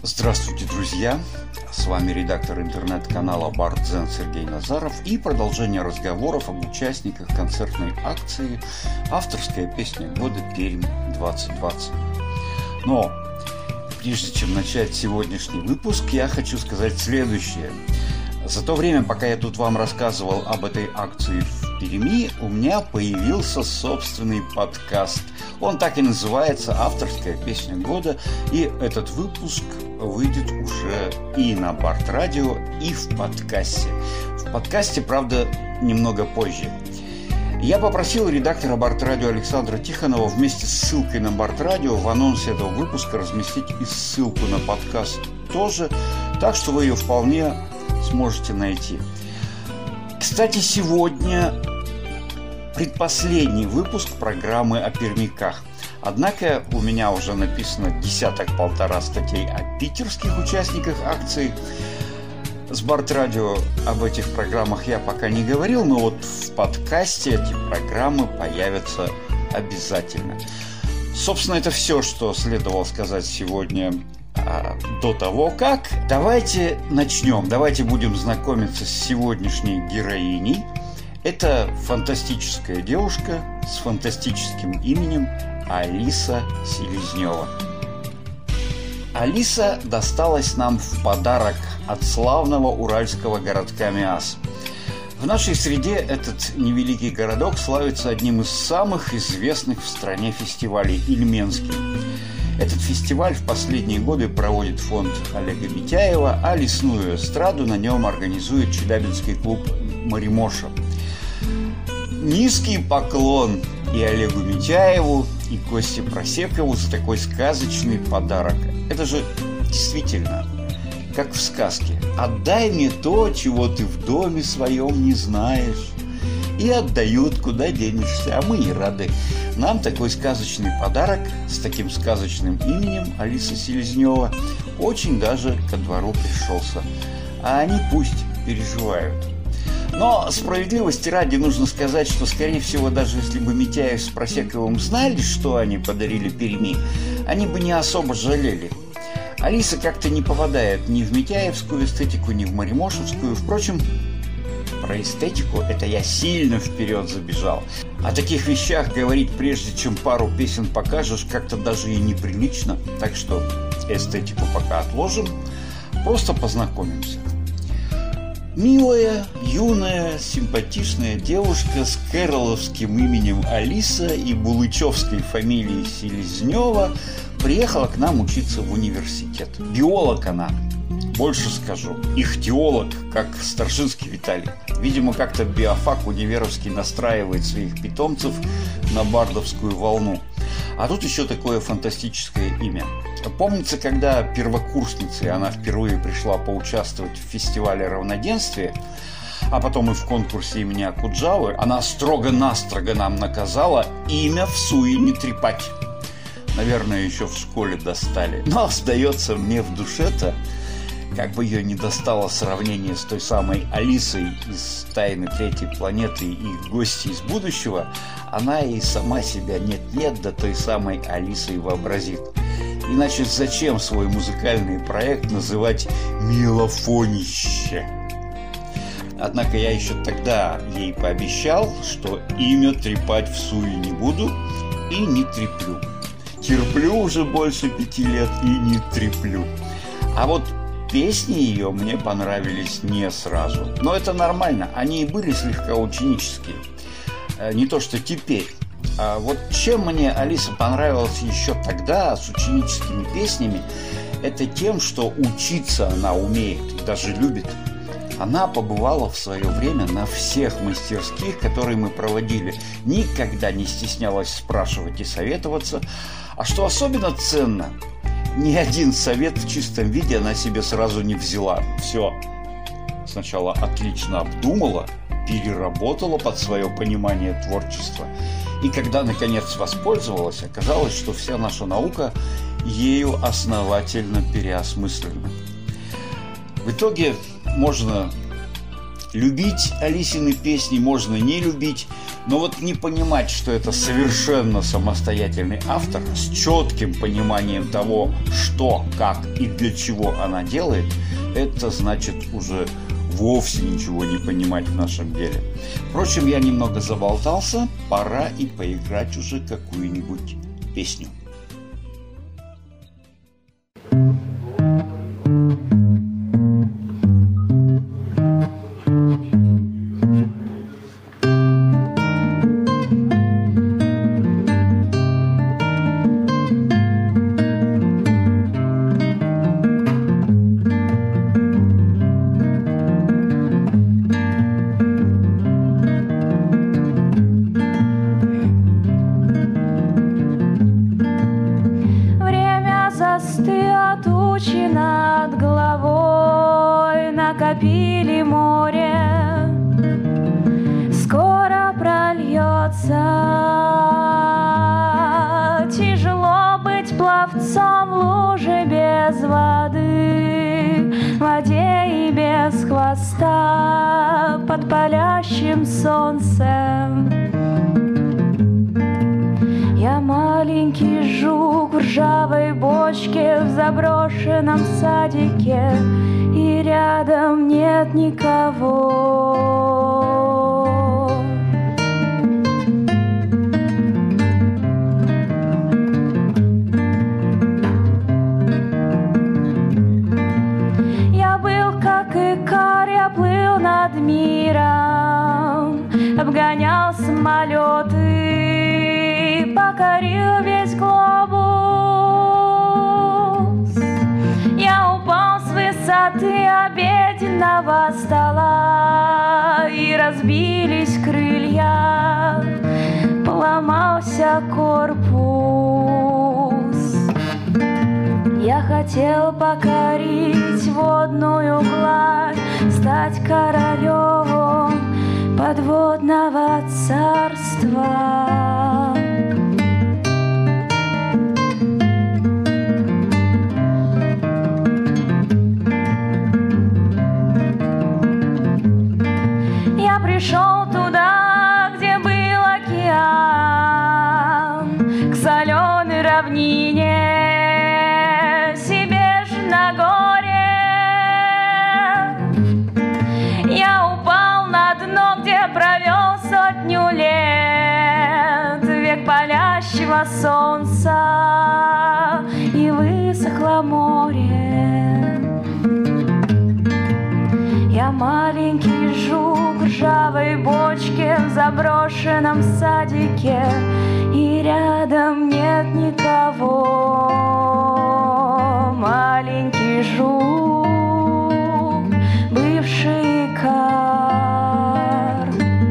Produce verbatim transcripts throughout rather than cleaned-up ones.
Здравствуйте, друзья! С вами редактор интернет-канала Бардзен Сергей Назаров и продолжение разговоров об участниках концертной акции «Авторская песня года Пермь двадцать двадцать». Но прежде чем начать сегодняшний выпуск, я хочу сказать следующее. За то время, пока я тут вам рассказывал об этой акции в Перми, у меня появился собственный подкаст. Он так и называется «Авторская песня года», и этот выпуск выйдет уже и на Бард-радио, и в подкасте. В подкасте, правда, немного позже. Я попросил редактора Бард-радио Александра Тихонова вместе с ссылкой на Бард-радио в анонсе этого выпуска разместить и ссылку на подкаст тоже, так что вы ее вполне сможете найти. Кстати, сегодня предпоследний выпуск программы о пермяках. Однако у меня уже написано десяток-полтора статей о питерских участниках акции. С Бард-радио об этих программах я пока не говорил, но вот в подкасте эти программы появятся обязательно. Собственно, это все, что следовало сказать сегодня а, до того, как. Давайте начнем. Давайте будем знакомиться с сегодняшней героиней. Это фантастическая девушка с фантастическим именем Алиса Селезнева. Алиса досталась нам в подарок от славного уральского городка Миас. В нашей среде этот невеликий городок славится одним из самых известных в стране фестивалей «Ильменский». Этот фестиваль в последние годы проводит фонд Олега Митяева, а лесную эстраду на нем организует челябинский клуб «Маримоша». Низкий поклон и Олегу Митяеву, и Косте Просекову за такой сказочный подарок. Это же действительно как в сказке. «Отдай мне то, чего ты в доме своем не знаешь». И отдают, куда денешься, а мы и рады. Нам такой сказочный подарок с таким сказочным именем Алиса Селезнева очень даже ко двору пришелся. А они пусть переживают. Но справедливости ради нужно сказать, что, скорее всего, даже если бы Митяев с Просековым знали, что они подарили Перми, они бы не особо жалели. Алиса как-то не попадает ни в митяевскую эстетику, ни в маримошевскую. Впрочем, про эстетику это я сильно вперед забежал. О таких вещах говорить, прежде чем пару песен покажешь, как-то даже и неприлично. Так что эстетику пока отложим, просто познакомимся. Милая, юная, симпатичная девушка с кэроловским именем Алиса и булычевской фамилией Селезнева приехала к нам учиться в университет. Биолог она, больше скажу, ихтиолог, как Старшинский Виталий. Видимо, как-то биофак универовский настраивает своих питомцев на бардовскую волну. А тут еще такое фантастическое имя. Помнится, когда первокурсницей она впервые пришла поучаствовать в фестивале равноденствия, а потом и в конкурсе имени Акуджавы, она строго-настрого нам наказала имя в суе не трепать. Наверное, еще в школе достали. Но, сдается мне, в душе-то, как бы ее не достало сравнение с той самой Алисой из «Тайны третьей планеты» и «Гости из будущего», она и сама себя нет-нет до той самой Алисой вообразит. Иначе зачем свой музыкальный проект называть «Мелофонище»? Однако я еще тогда ей пообещал, что имя трепать в суе не буду и не треплю. Терплю уже больше пяти лет и не треплю. А вот песни ее мне понравились не сразу. Но это нормально, они и были слегка ученические. Не то что теперь. А вот чем мне Алиса понравилась еще тогда с ученическими песнями, это тем, что учиться она умеет и даже любит. Она побывала в свое время на всех мастерских, которые мы проводили, никогда не стеснялась спрашивать и советоваться. А что особенно ценно, ни один совет в чистом виде она себе сразу не взяла. Все сначала отлично обдумала, переработала под свое понимание творчества. И когда, наконец, воспользовалась, оказалось, что вся наша наука ею основательно переосмыслена. В итоге можно Любить Алисины песни можно не любить, но вот не понимать, что это совершенно самостоятельный автор с четким пониманием того, что, как и для чего она делает, это значит уже вовсе ничего не понимать в нашем деле. Впрочем, я немного заболтался, пора и поиграть уже какую-нибудь песню. Накопили море, скоро прольется. Тяжело быть пловцом в луже без воды, в воде и без хвоста под палящим солнцем. Я маленький жук в ржавой бочке в заброшенном садике, и рядом нет никого. Я был как икар, я плыл над миром, обгонял самолеты, покорил весь глобус. Я упал с высоты обеденного стола, и разбились крылья, поломался корпус. Я хотел покорить водную гладь, стать королем подводного царства. Пришел туда, где был океан, к соленой равнине, себе ж на горе. Я упал на дно, где провел сотню лет, век палящего солнца, и высохло море. Я маленький жук в ржавой бочке в заброшенном садике, и рядом нет никого. Маленький жук, бывший икар.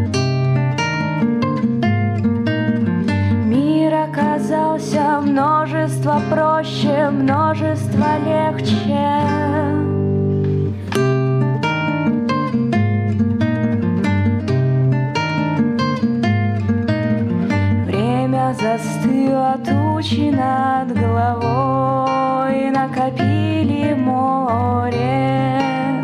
Мир оказался множество проще, множество легче. Застыла тучи над головой, накопили море.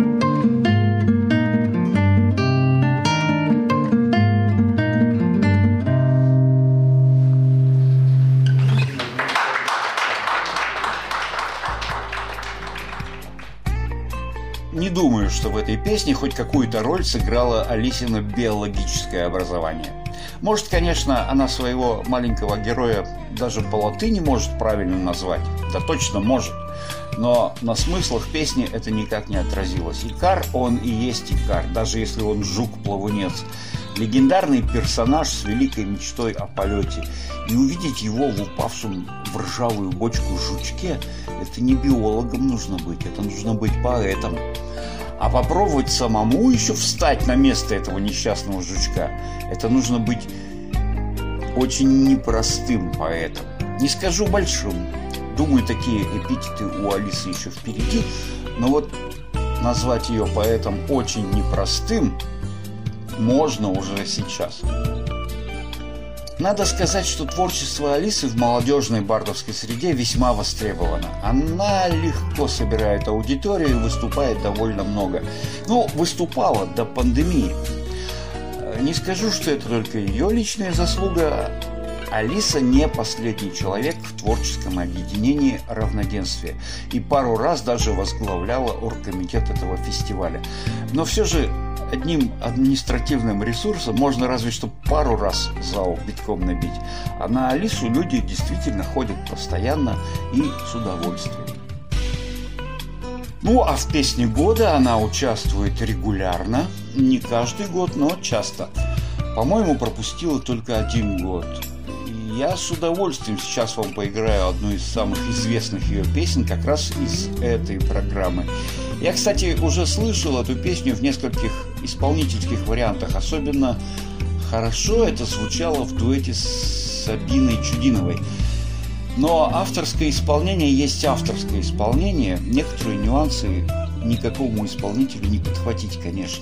Не думаю, что в этой песне хоть какую-то роль сыграло Алисино биологическое образование. Может, конечно, она своего маленького героя даже по латыни может правильно назвать. Да точно может. Но на смыслах песни это никак не отразилось. Икар, он и есть Икар, даже если он жук-плавунец. Легендарный персонаж с великой мечтой о полете. И увидеть его в упавшем в ржавую бочку жучке, это не биологом нужно быть, это нужно быть поэтом. А попробовать самому еще встать на место этого несчастного жучка, это нужно быть очень непростым поэтом. Не скажу большим. Думаю, такие эпитеты у Алисы еще впереди. Но вот назвать ее поэтом очень непростым можно уже сейчас. Надо сказать, что творчество Алисы в молодежной бардовской среде весьма востребовано. Она легко собирает аудиторию и выступает довольно много. Ну, выступала до пандемии. Не скажу, что это только ее личная заслуга. Алиса не последний человек в творческом объединении «Равноденствие» и пару раз даже возглавляла оргкомитет этого фестиваля. Но все же одним административным ресурсом можно разве что пару раз зал битком набить, а на Алису люди действительно ходят постоянно и с удовольствием. Ну а в «Песне года» она участвует регулярно, не каждый год, но часто. По-моему, пропустила только один год. Я с удовольствием сейчас вам поиграю одну из самых известных ее песен как раз из этой программы. Я, кстати, уже слышал эту песню в нескольких исполнительских вариантах. Особенно хорошо это звучало в дуэте с Сабиной Чудиновой. Но авторское исполнение есть авторское исполнение. Некоторые нюансы никакому исполнителю не подхватить, конечно.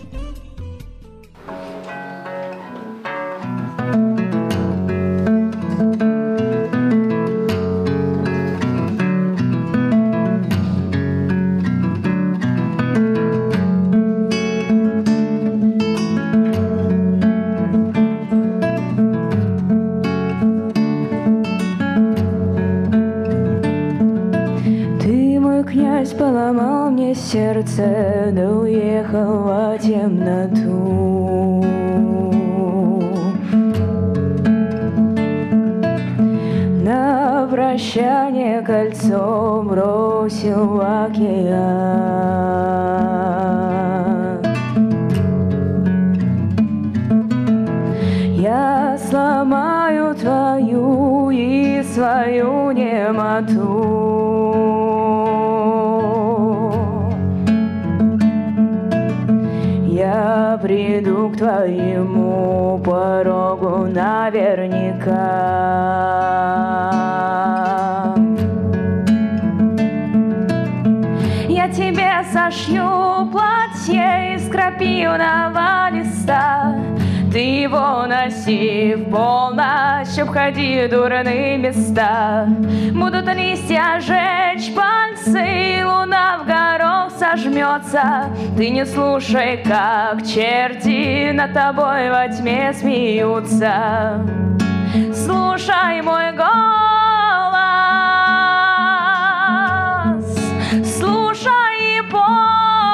Поломал мне сердце, да уехал во темноту. На прощание кольцо бросил в океан. Я сломаю твою и свою немоту. Я приду к твоему порогу наверняка. Я тебе сошью платье из крапивного листа. Ты его носи в полночь, обходи дурные места. Будут листья жечь пальцы, и луна в горох сожмется. Ты не слушай, как черти над тобой во тьме смеются. Слушай мой голос, слушай и пой.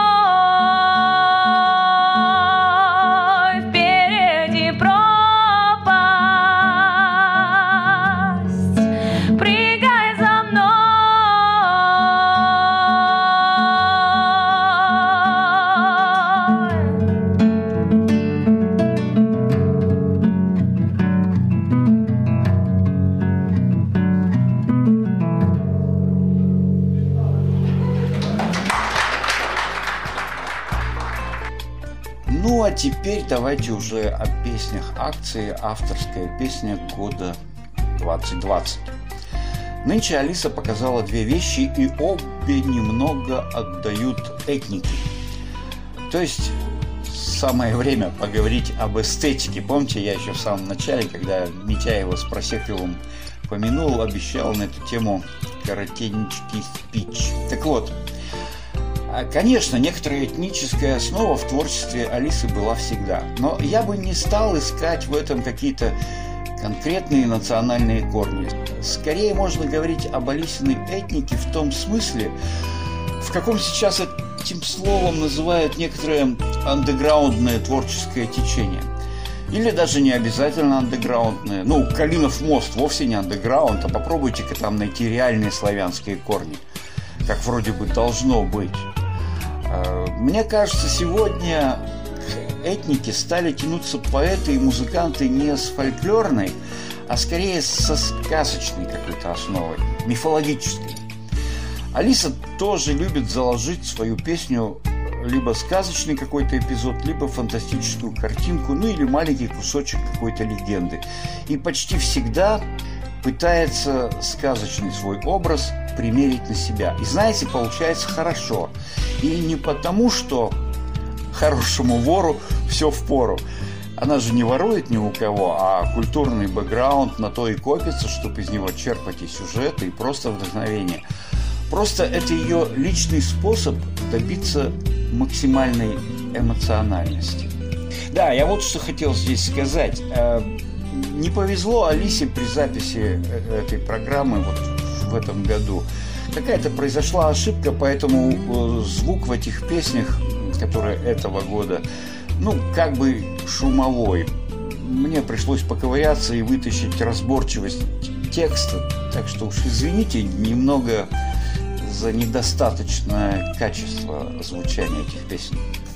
Ну а теперь давайте уже о песнях акции «Авторская песня года двадцать двадцать». Нынче Алиса показала две вещи, и обе немного отдают этнике. То есть самое время поговорить об эстетике. Помните, я еще в самом начале, когда Митяева с Просековым помянул, обещал на эту тему коротенький спич. Так вот, конечно, некоторая этническая основа в творчестве Алисы была всегда, но я бы не стал искать в этом какие-то конкретные национальные корни. Скорее можно говорить об Алисиной этнике в том смысле, в каком сейчас этим словом называют некоторое андеграундное творческое течение. Или даже не обязательно андеграундное. Ну, Калинов мост вовсе не андеграунд, а попробуйте-ка там найти реальные славянские корни, как вроде бы должно быть. Мне кажется, сегодня к этнике стали тянуться поэты и музыканты не с фольклорной, а скорее со сказочной какой-то основой, мифологической. Алиса тоже любит заложить в свою песню либо сказочный какой-то эпизод, либо фантастическую картинку, ну или маленький кусочек какой-то легенды. И почти всегда пытается сказочный свой образ примерить на себя. И знаете, получается хорошо. И не потому, что хорошему вору все впору, Она же не ворует ни у кого, а культурный бэкграунд на то и копится, чтобы из него черпать и сюжеты, и просто вдохновение. Просто это ее личный способ добиться максимальной эмоциональности. Да, я вот что хотел здесь сказать. Не повезло Алисе при записи этой программы вот в этом году. Какая-то произошла ошибка, поэтому звук в этих песнях, которые этого года, ну, как бы шумовой. Мне пришлось поковыряться и вытащить разборчивость текста, так что уж извините немного за недостаточное качество звучания этих песен.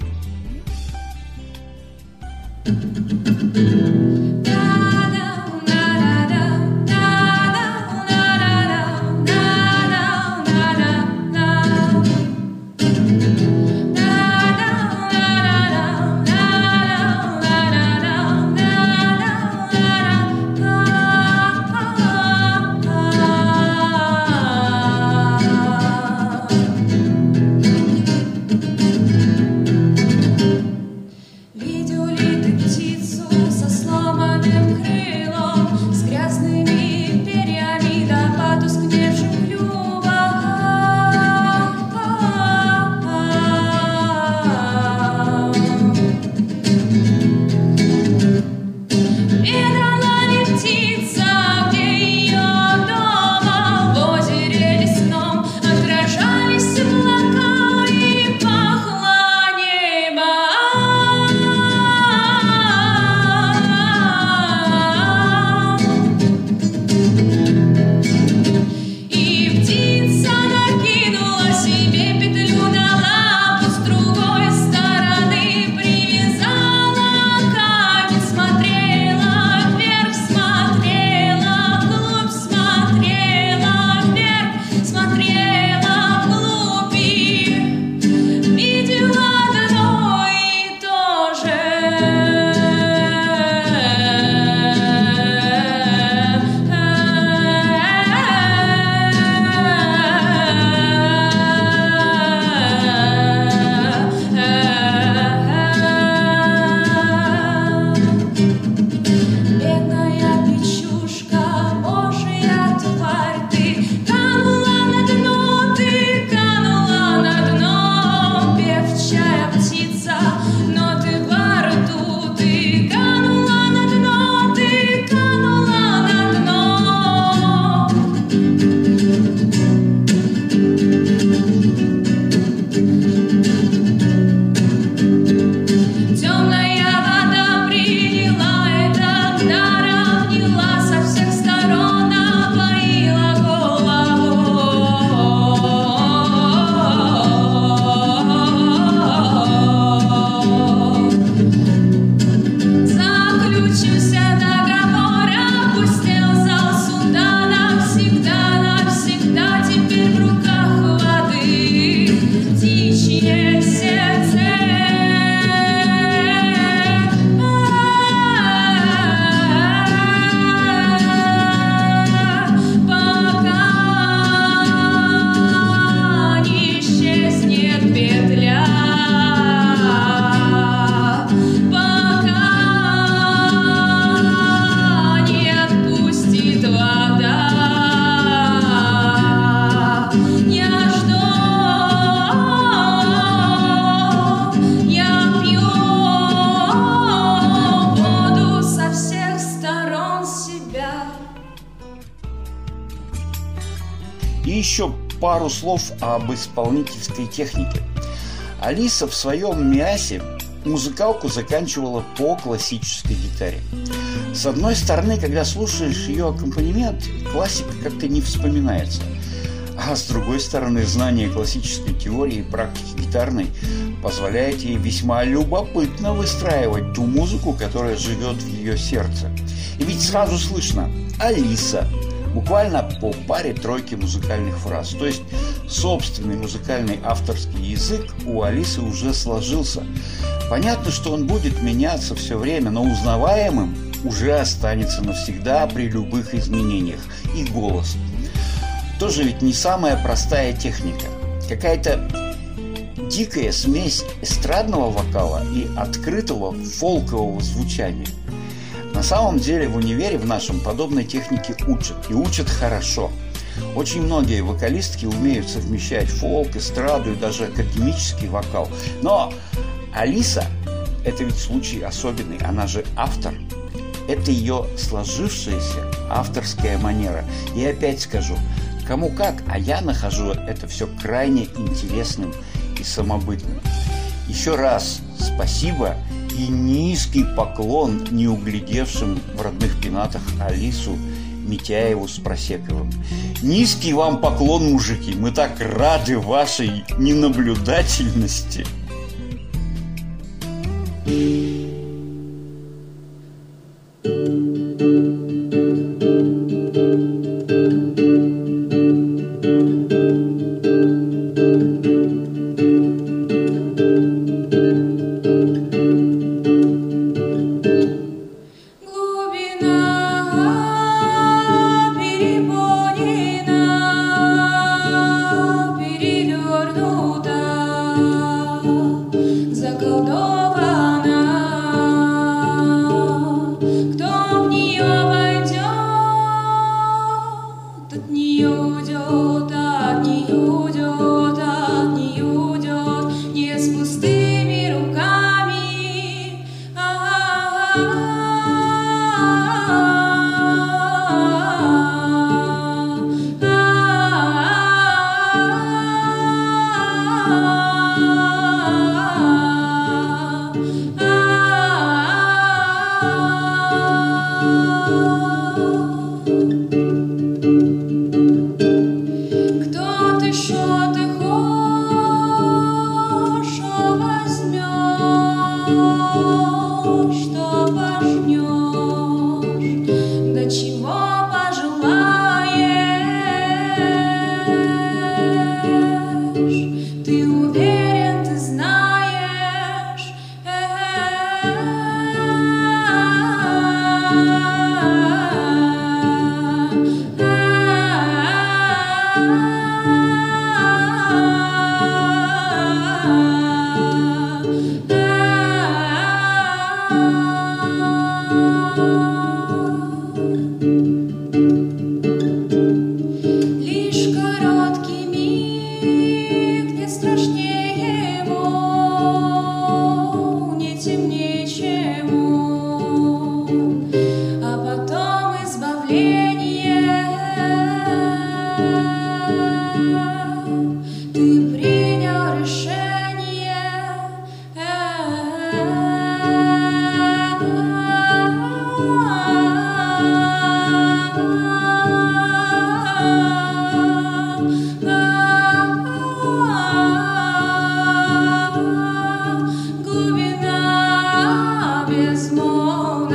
Еще пару слов об исполнительской технике. Алиса в своем мясе музыкалку заканчивала по классической гитаре. С одной стороны, когда слушаешь ее аккомпанемент, классика как-то не вспоминается. А с другой стороны, знание классической теории и практики гитарной позволяет ей весьма любопытно выстраивать ту музыку, которая живет в ее сердце. И ведь сразу слышно «Алиса», буквально по паре-тройке музыкальных фраз. То есть собственный музыкальный авторский язык у Алисы уже сложился. Понятно, что он будет меняться все время, но узнаваемым уже останется навсегда при любых изменениях. И голос. Тоже ведь не самая простая техника. Какая-то дикая смесь эстрадного вокала и открытого фолкового звучания. На самом деле в универе в нашем подобной технике учат, и учат хорошо. Очень многие вокалистки умеют совмещать фолк, эстраду и даже академический вокал. Но Алиса – это ведь случай особенный, она же автор. Это ее сложившаяся авторская манера. И опять скажу, кому как, а я нахожу это все крайне интересным и самобытным. Еще раз спасибо и низкий поклон неуглядевшим в родных пенатах Алису Митяеву с Просековым. Низкий вам поклон, мужики, мы так рады вашей ненаблюдательности. Глубина безмолвная.